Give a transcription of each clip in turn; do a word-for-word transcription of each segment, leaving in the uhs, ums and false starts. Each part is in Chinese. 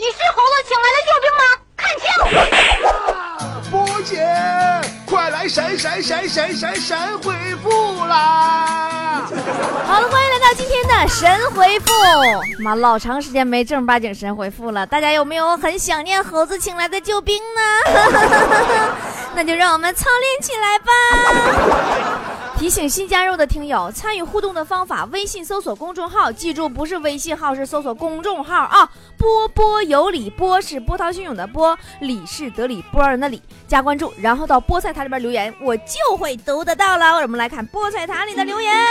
你是猴子请来的救兵吗？看清！ 啊，波姐，快来神神神神神神回复啦！ 好了，欢迎来到今天的神回复。妈，老长时间没正儿八经神回复了，大家有没有很想念猴子请来的救兵呢？那就让我们操练起来吧。提醒新加入的听友，参与互动的方法：微信搜索公众号，记住不是微信号，是搜索公众号啊。波波有理，波是波涛汹涌的波，理是得理波人的理，加关注，然后到菠菜坛里边留言，我就会读得到了。我们来看菠菜坛里的留言。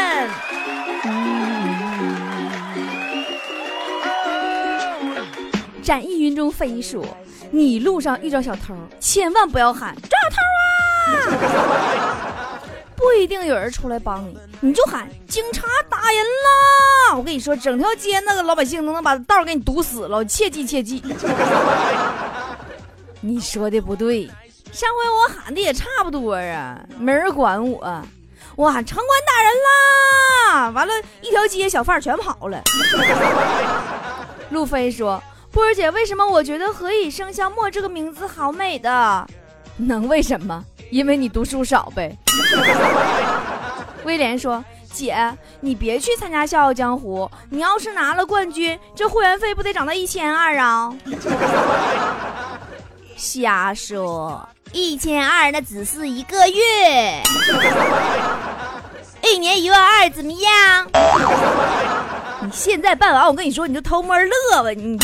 展翼云中飞说，你路上遇到小偷，千万不要喊抓偷啊，不一定有人出来帮你，你就喊警察打人啦！我跟你说，整条街那个老百姓都能把道给你堵死了，切记切记。你说的不对，上回我喊的也差不多啊，没人管我，我喊城管打人啦，完了，一条街小贩全跑了。路飞说，波儿姐，为什么我觉得何以笙箫默这个名字好美的？能为什么？因为你读书少呗。威廉说，姐，你别去参加笑傲江湖，你要是拿了冠军，这会员费不得涨到一千二啊？瞎说，一千二那只是一个月，一年一万二怎么样？你现在办完，我跟你说，你就偷摸乐吧，你。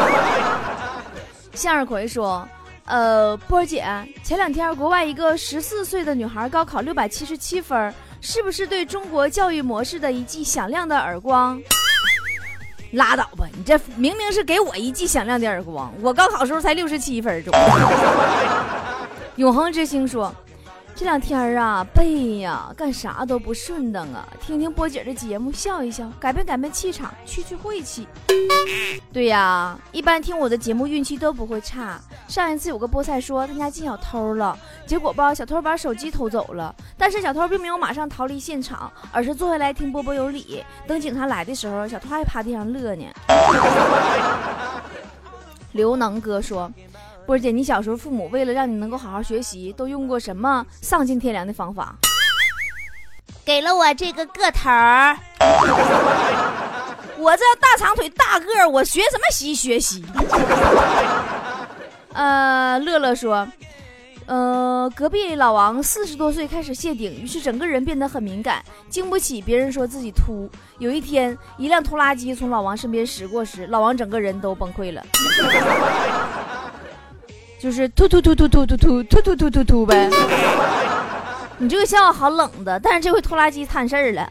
向日葵说，呃，波儿姐，前两天国外一个十四岁的女孩高考六百七十七分，是不是对中国教育模式的一记响亮的耳光？拉倒吧，你这明明是给我一记响亮的耳光，我高考时候才六十七分钟。永恒之星说，这两天啊，背呀干啥都不顺当啊，听听波姐的节目笑一笑，改变改变气场，去去晦气。对呀，一般听我的节目运气都不会差。上一次有个菠菜说他家进小偷了，结果吧，小偷把手机偷走了，但是小偷并没有马上逃离现场，而是坐下来听波波有理。等警察来的时候，小偷还趴地上乐呢。刘能哥说，波儿姐，你小时候父母为了让你能够好好学习，都用过什么丧尽天良的方法？给了我这个个头儿。我这大长腿大个儿，我学什么习学习？呃，乐乐说，呃，隔壁老王四十多岁开始谢顶，于是整个人变得很敏感，经不起别人说自己秃。有一天，一辆拖拉机从老王身边驶过时，老王整个人都崩溃了。就是突突突突突突突突突突突突呗。你这个笑话好冷的，但是这回拖拉机摊事儿了。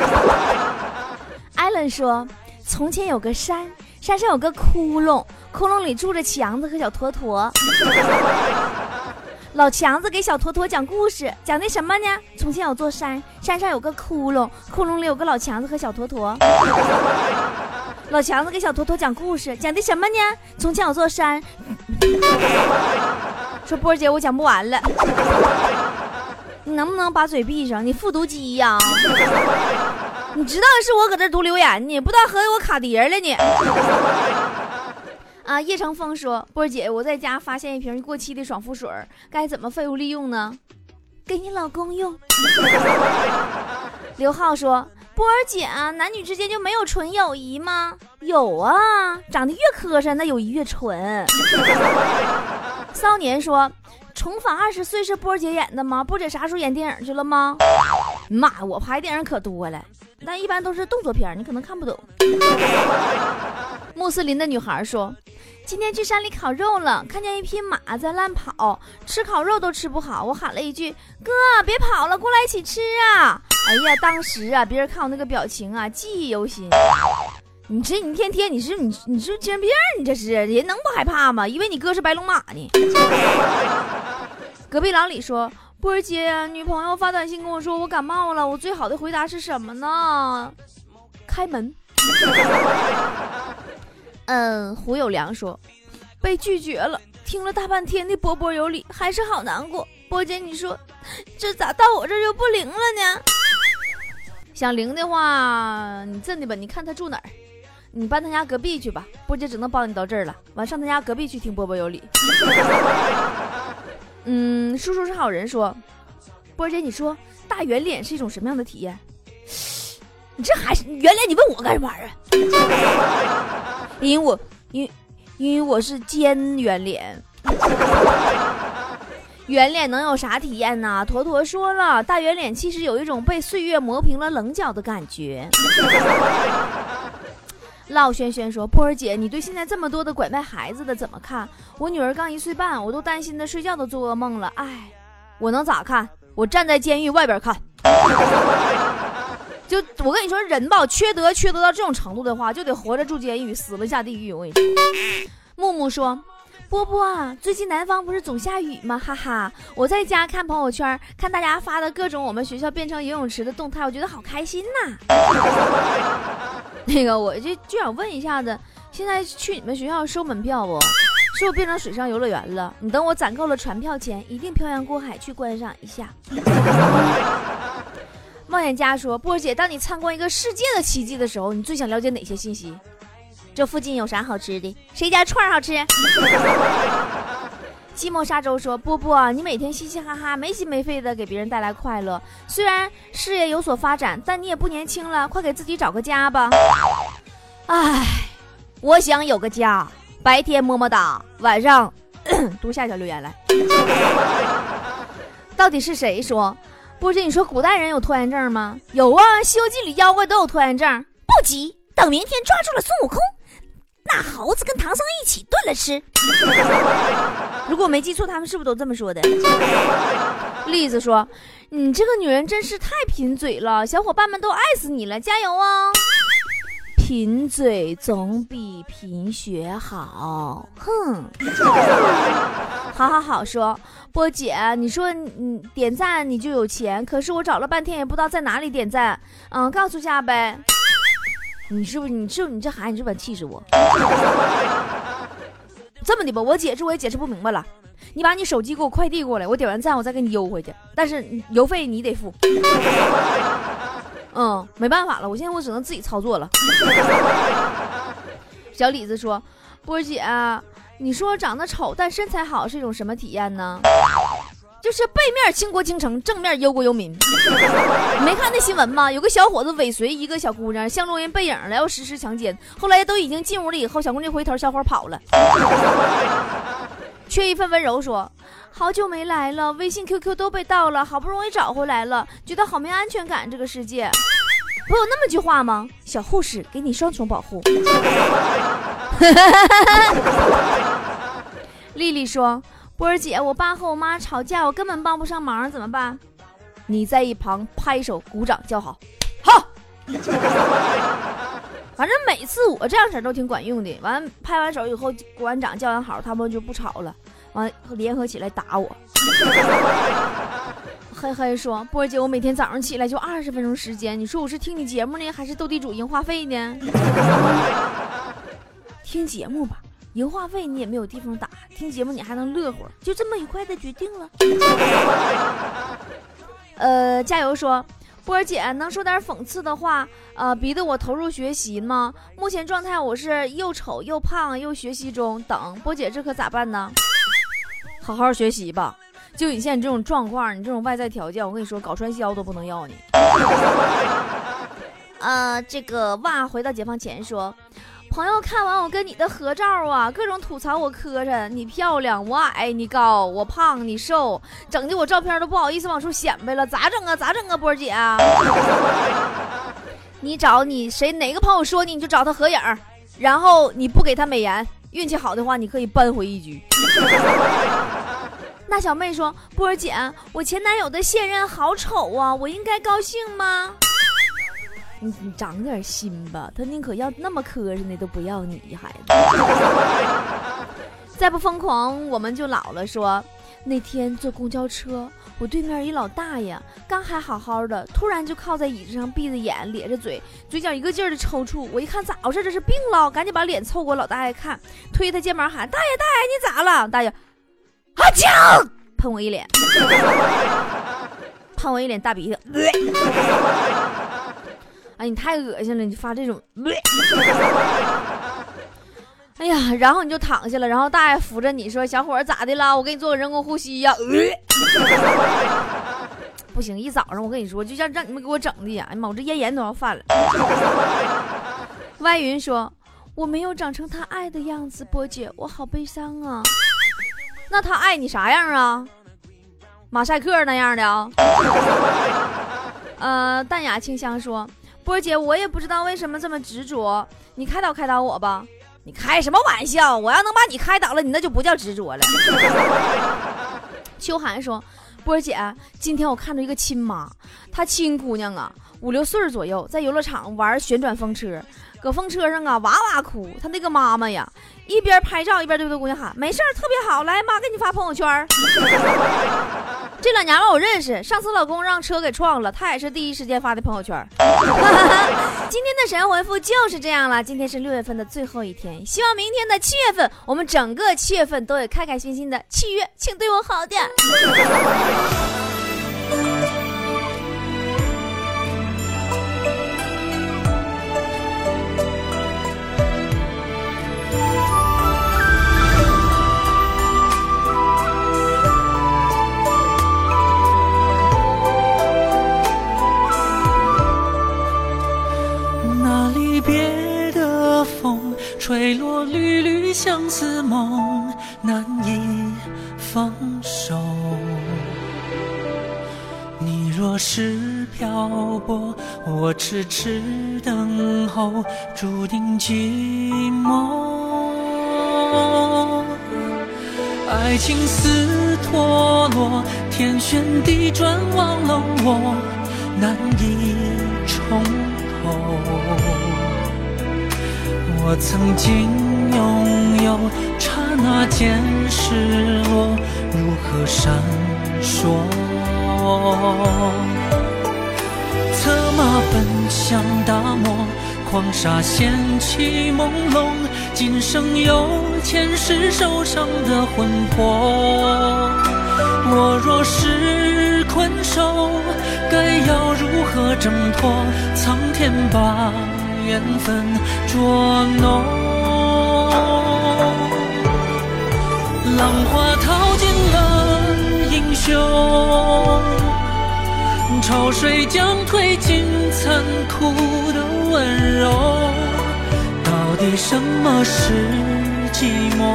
艾伦说，从前有个山，山上有个窟窿，窟窿里住着强子和小坨坨。老强子给小坨坨讲故事，讲的什么呢？从前有座山，山上有个窟窿，窟窿里有个老强子和小坨坨。老强子给小坨坨讲故事，讲的什么呢？从前有座山。说波儿姐，我讲不完了，你能不能把嘴闭上？你复读机呀！你知道是我搁这读留言呢，不知道合计我卡碟了呢。啊，叶成风说，波儿姐，我在家发现一瓶过期的爽肤水，该怎么废物利用呢？给你老公用。刘浩说，波儿姐啊，男女之间就没有纯友谊吗？有啊，长得越磕碜，那友谊越纯。骚年说，重返二十岁是波儿姐演的吗？波儿姐啥时候演电影去了吗？妈，我拍电影可多了，但一般都是动作片，你可能看不懂。穆斯林的女孩说，今天去山里烤肉了，看见一匹马在乱跑，吃烤肉都吃不好，我喊了一句，哥别跑了，过来一起吃啊！哎呀，当时啊，别人看我那个表情啊，记忆犹新。你这你天天你是你你是精神病，你这是人能不害怕吗？以为你哥是白龙马呢。隔壁老李说，波儿姐，女朋友发短信跟我说我感冒了，我最好的回答是什么呢？开门。嗯，胡有良说，被拒绝了，听了大半天的波波有理，还是好难过。波姐，你说这咋到我这就不灵了呢？想灵的话，你真的吧，你看他住哪儿？ 你搬他家隔壁去吧，波姐只能帮你到这儿了。完上他家隔壁去听波波有理。嗯，叔叔是好人说，波姐你说大圆脸是一种什么样的体验？你这还是圆脸，你问我干什么玩意儿？因为我因为因为我是尖圆脸。圆脸能有啥体验呢？坨坨说了，大圆脸其实有一种被岁月磨平了棱角的感觉。老轩轩说，波儿姐你对现在这么多的拐卖孩子的怎么看？我女儿刚一岁半，我都担心她睡觉都做噩梦了。哎，我能咋看？我站在监狱外边看。就我跟你说，人吧，缺德缺德到这种程度的话，就得活着住监狱，死了下地狱。我跟你说。木木说，波波啊，最近南方不是总下雨吗？哈哈，我在家看朋友圈，看大家发的各种我们学校变成游泳池的动态，我觉得好开心呐。那个，我就就想问一下子，现在去你们学校收门票不？是不是变成水上游乐园了？你等我攒够了船票钱，一定漂洋过海去观赏一下。冒险家说，波姐，当你参观一个世界的奇迹的时候，你最想了解哪些信息？这附近有啥好吃的？谁家串好吃？寂寞沙洲说，波波，你每天嘻嘻哈哈没心没肺的给别人带来快乐，虽然事业有所发展，但你也不年轻了，快给自己找个家吧。唉，我想有个家，白天么么哒，晚上读下条留言来。到底是谁说？波姐，你说古代人有拖延症吗？有啊，西游记里妖怪都有拖延症。不急，等明天抓住了孙悟空，那猴子跟唐僧一起炖了吃。如果我没记错，他们是不是都这么说的？栗子说，你这个女人真是太贫嘴了，小伙伴们都爱死你了，加油啊！贫嘴总比贫血好，哼。好好好说，波姐，你说你点赞你就有钱，可是我找了半天也不知道在哪里点赞，嗯，告诉下呗。你是不是你是你这孩子你是不是气死我？这么的吧，我解释我也解释不明白了，你把你手机给我快递过来，我点完赞我再给你邮回去，但是邮费你得付。嗯，没办法了，我现在我只能自己操作了。小李子说，波姐啊，你说长得丑但身材好是一种什么体验呢？就是背面倾国倾城，正面忧国忧民。你没看那新闻吗？有个小伙子尾随一个小姑娘，相中人背影了，要实施强奸，后来都已经进屋了以后，小姑娘回头，小伙跑了。缺一份温柔说，好久没来了，微信 Q Q 都被盗了，好不容易找回来了，觉得好没安全感，这个世界不有那么句话吗？小护士给你双重保护。丽丽说，波儿姐，我爸和我妈吵架，我根本帮不上忙，怎么办？你在一旁拍手鼓掌叫好，好。反正每次我这样式都挺管用的，完拍完手以后鼓完掌叫完好，他们就不吵了，完联合起来打我。嘿嘿说，波儿姐，我每天早上起来就二十分钟时间，你说我是听你节目呢还是斗地主赢话费呢？听节目吧，赢话费你也没有地方打，听节目你还能乐会儿，就这么愉快的决定了。呃，加油说，波儿姐能说点讽刺的话，呃，逼得我投入学习吗？目前状态我是又丑又胖又学习中等，波姐这可咋办呢？好好学习吧，就你现在这种状况，你这种外在条件，我跟你说，搞传销都不能要你。呃，这个哇，回到解放前说，朋友看完我跟你的合照啊，各种吐槽我磕碜，你漂亮，我矮，你高，我胖，你瘦，整的我照片都不好意思往出显摆了，咋整啊？咋整啊，波儿姐啊？你找你谁哪个朋友说你，你就找他合影，然后你不给他美颜，运气好的话，你可以扳回一局。那小妹说，波儿姐，我前男友的现任好丑啊，我应该高兴吗？你你长点心吧，他宁可要那么磕碜的都不要你，孩子。再不疯狂我们就老了说，那天坐公交车，我对面一老大爷刚还好好的，突然就靠在椅子上闭着眼咧着嘴，嘴角一个劲儿的抽搐，我一看咋回事，这是病了，赶紧把脸凑过老大爷看，推他肩膀喊，大爷大爷你咋了？大爷啊呛喷我一脸，喷我一脸大鼻涕。 哎，你太恶心了，你发这种，哎呀，然后你就躺下了，然后大爷扶着你说：“小伙儿咋的了？我给你做个人工呼吸呀。呃”不行，一早上我跟你说，就像让你们给我整的呀！哎呀妈，我这咽炎都要犯了。歪云说：“我没有长成他爱的样子，波姐，我好悲伤啊。”那他爱你啥样啊？马赛克那样的啊？呃，淡雅清香说：“波姐，我也不知道为什么这么执着，你开导开导我吧。”你开什么玩笑？我要能把你开导了，你那就不叫执着了。秋寒说：“波姐，今天我看到一个亲妈，她亲姑娘啊，五六岁左右，在游乐场玩旋转风车，搁风车上啊哇哇哭。她那个妈妈呀，一边拍照一边对着姑娘喊：没事儿，特别好，来妈给你发朋友圈。这两娘们我认识，上次老公让车给撞了，她也是第一时间发的朋友圈。今天的神回复就是这样了。今天是六月份的最后一天，希望明天的七月份，我们整个七月份都有开开心心的七月，请对我好点。 吹落缕缕相思梦，难以放手。你若是漂泊，我痴痴等候，注定寂寞。爱情似陀螺，天旋地转忘了我，难以重头。我曾经拥有，刹那间失落，如何闪烁？策马奔向大漠，狂沙掀起朦胧，今生有前世受伤的魂魄。我若是困兽，该要如何挣脱？苍天把缘分捉弄，浪花淘尽了英雄，潮水将褪尽残酷的温柔。到底什么是寂寞？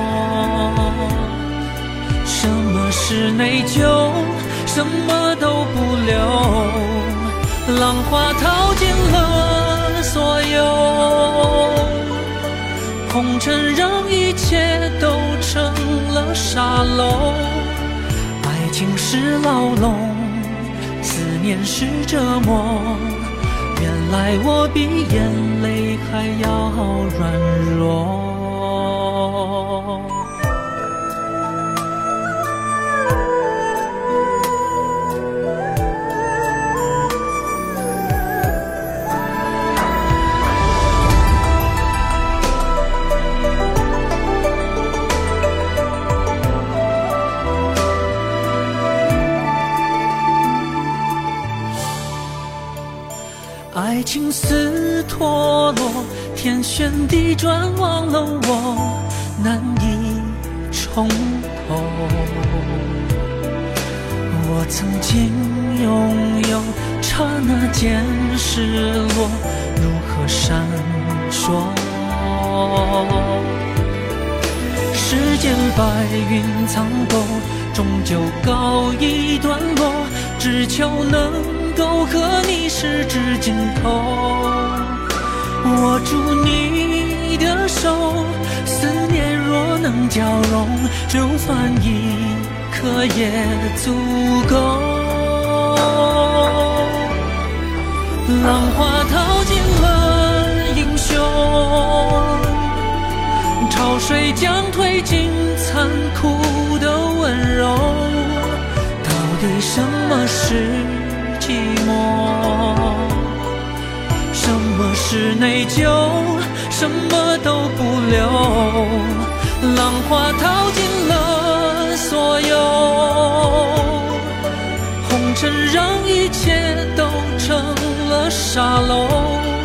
什么是内疚？什么都不留。浪花淘尽了所有，红尘让一切都成了沙漏。爱情是牢笼，思念是折磨，原来我比眼泪还要软弱。爱情似陀螺，天旋地转忘了我，难以重头。我曾经拥有，刹那间失落，如何闪烁？世间白云苍狗，终究告一段落，只求能够和你十指紧扣，握住你的手，思念若能交融，就算一刻也足够。浪花淘尽了英雄，潮水将褪尽残酷的温柔。到底什么是寂寞？什么是内疚？什么都不留。浪花淘尽了所有，红尘让一切都成了沙漏。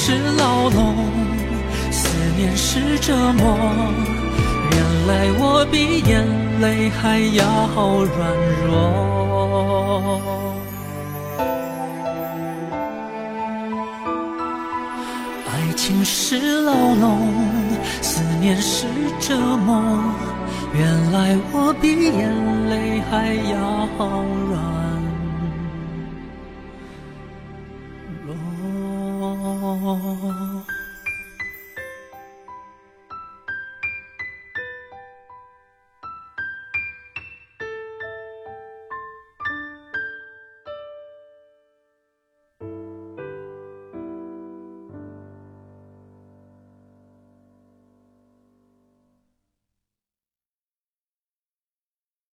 是牢笼，思念是折磨，原来我比眼泪还要软弱。爱情是牢笼，思念是折磨，原来我比眼泪还要软弱。